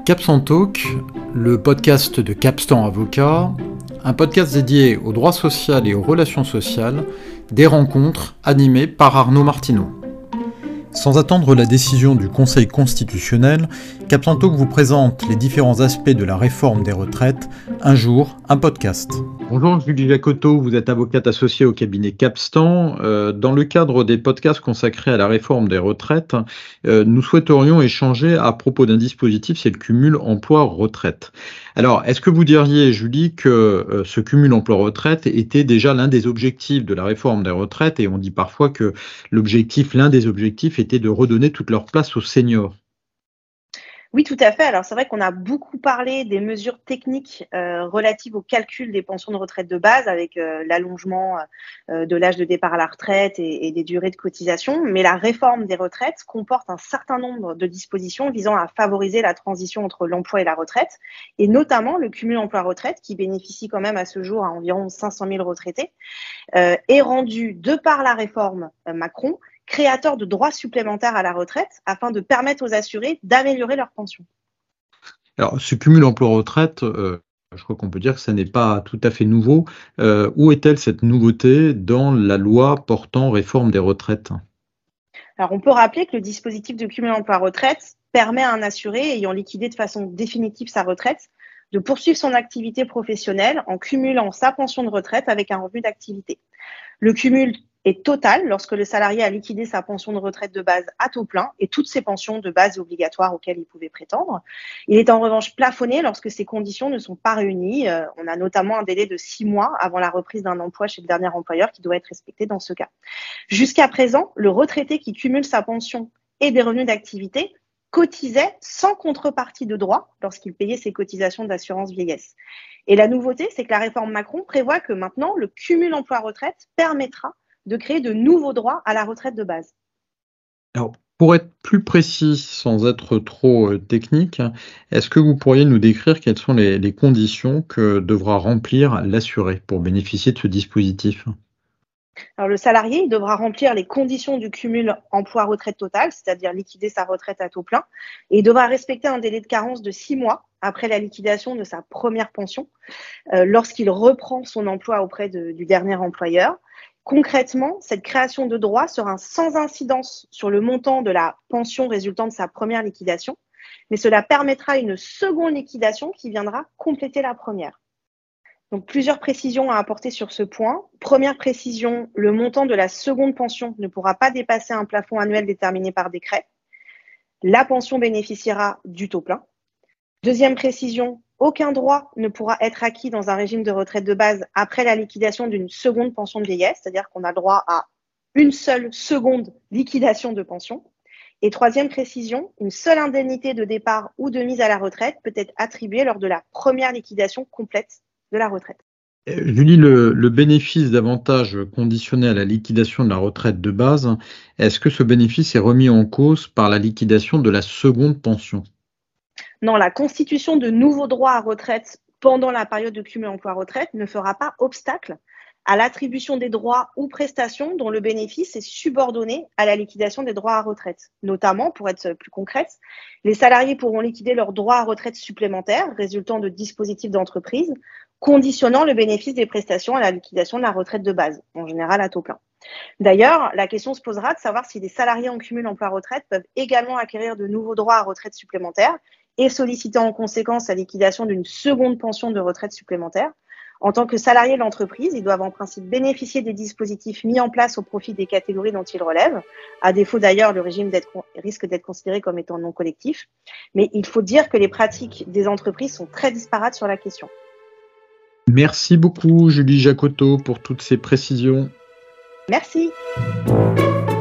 Caps en Talk, le podcast de Capstan Avocat, un podcast dédié au droit social et aux relations sociales, des rencontres animées par Arnaud Martineau. Sans attendre la décision du Conseil constitutionnel, Caps en Talk vous présente les différents aspects de la réforme des retraites, un jour, un podcast. Bonjour Julie Jacotot, vous êtes avocate associée au cabinet Capstan. Dans le cadre des podcasts consacrés à la réforme des retraites, nous souhaiterions échanger à propos d'un dispositif, c'est le cumul emploi-retraite. Alors, est-ce que vous diriez, Julie, que ce cumul emploi-retraite était déjà l'un des objectifs de la réforme des retraites, et on dit parfois que l'un des objectifs était de redonner toute leur place aux seniors? Oui, tout à fait. Alors, c'est vrai qu'on a beaucoup parlé des mesures techniques relatives au calcul des pensions de retraite de base avec l'allongement de l'âge de départ à la retraite et des durées de cotisation. Mais la réforme des retraites comporte un certain nombre de dispositions visant à favoriser la transition entre l'emploi et la retraite, et notamment le cumul emploi-retraite qui bénéficie quand même à ce jour à environ 500 000 retraités, est rendu de par la réforme Macron créateur de droits supplémentaires à la retraite afin de permettre aux assurés d'améliorer leur pension. Alors, ce cumul emploi-retraite, je crois qu'on peut dire que ça n'est pas tout à fait nouveau. Où est-elle cette nouveauté dans la loi portant réforme des retraites? Alors, on peut rappeler que le dispositif de cumul emploi-retraite permet à un assuré ayant liquidé de façon définitive sa retraite de poursuivre son activité professionnelle en cumulant sa pension de retraite avec un revenu d'activité. Le cumul est total lorsque le salarié a liquidé sa pension de retraite de base à taux plein et toutes ses pensions de base obligatoires auxquelles il pouvait prétendre. Il est en revanche plafonné lorsque ces conditions ne sont pas réunies. On a notamment un délai de 6 mois avant la reprise d'un emploi chez le dernier employeur qui doit être respecté dans ce cas. Jusqu'à présent, le retraité qui cumule sa pension et des revenus d'activité cotisait sans contrepartie de droit lorsqu'il payait ses cotisations d'assurance vieillesse. Et la nouveauté, c'est que la réforme Macron prévoit que maintenant, le cumul emploi-retraite permettra de créer de nouveaux droits à la retraite de base. Alors, pour être plus précis, sans être trop technique, est-ce que vous pourriez nous décrire quelles sont les conditions que devra remplir l'assuré pour bénéficier de ce dispositif? Alors, le salarié, il devra remplir les conditions du cumul emploi-retraite total, c'est-à-dire liquider sa retraite à taux plein, et il devra respecter un délai de carence de 6 mois après la liquidation de sa première pension, lorsqu'il reprend son emploi auprès du dernier employeur. Concrètement, cette création de droit sera sans incidence sur le montant de la pension résultant de sa première liquidation, mais cela permettra une seconde liquidation qui viendra compléter la première. Donc, plusieurs précisions à apporter sur ce point. Première précision, le montant de la seconde pension ne pourra pas dépasser un plafond annuel déterminé par décret. La pension bénéficiera du taux plein. Deuxième précision, aucun droit ne pourra être acquis dans un régime de retraite de base après la liquidation d'une seconde pension de vieillesse, c'est-à-dire qu'on a le droit à une seule seconde liquidation de pension. Et troisième précision, une seule indemnité de départ ou de mise à la retraite peut être attribuée lors de la première liquidation complète de la retraite. Julie, le bénéfice d'avantages conditionnés à la liquidation de la retraite de base, est-ce que ce bénéfice est remis en cause par la liquidation de la seconde pension? Non, la constitution de nouveaux droits à retraite pendant la période de cumul emploi-retraite ne fera pas obstacle à l'attribution des droits ou prestations dont le bénéfice est subordonné à la liquidation des droits à retraite. Notamment, pour être plus concrète, les salariés pourront liquider leurs droits à retraite supplémentaires résultant de dispositifs d'entreprise, conditionnant le bénéfice des prestations à la liquidation de la retraite de base, en général à taux plein. D'ailleurs, la question se posera de savoir si les salariés en cumul emploi-retraite peuvent également acquérir de nouveaux droits à retraite supplémentaires et solliciter en conséquence la liquidation d'une seconde pension de retraite supplémentaire. En tant que salariés de l'entreprise, ils doivent en principe bénéficier des dispositifs mis en place au profit des catégories dont ils relèvent. À défaut d'ailleurs, le régime risque d'être considéré comme étant non collectif. Mais il faut dire que les pratiques des entreprises sont très disparates sur la question. Merci beaucoup Julie Jacotot pour toutes ces précisions. Merci.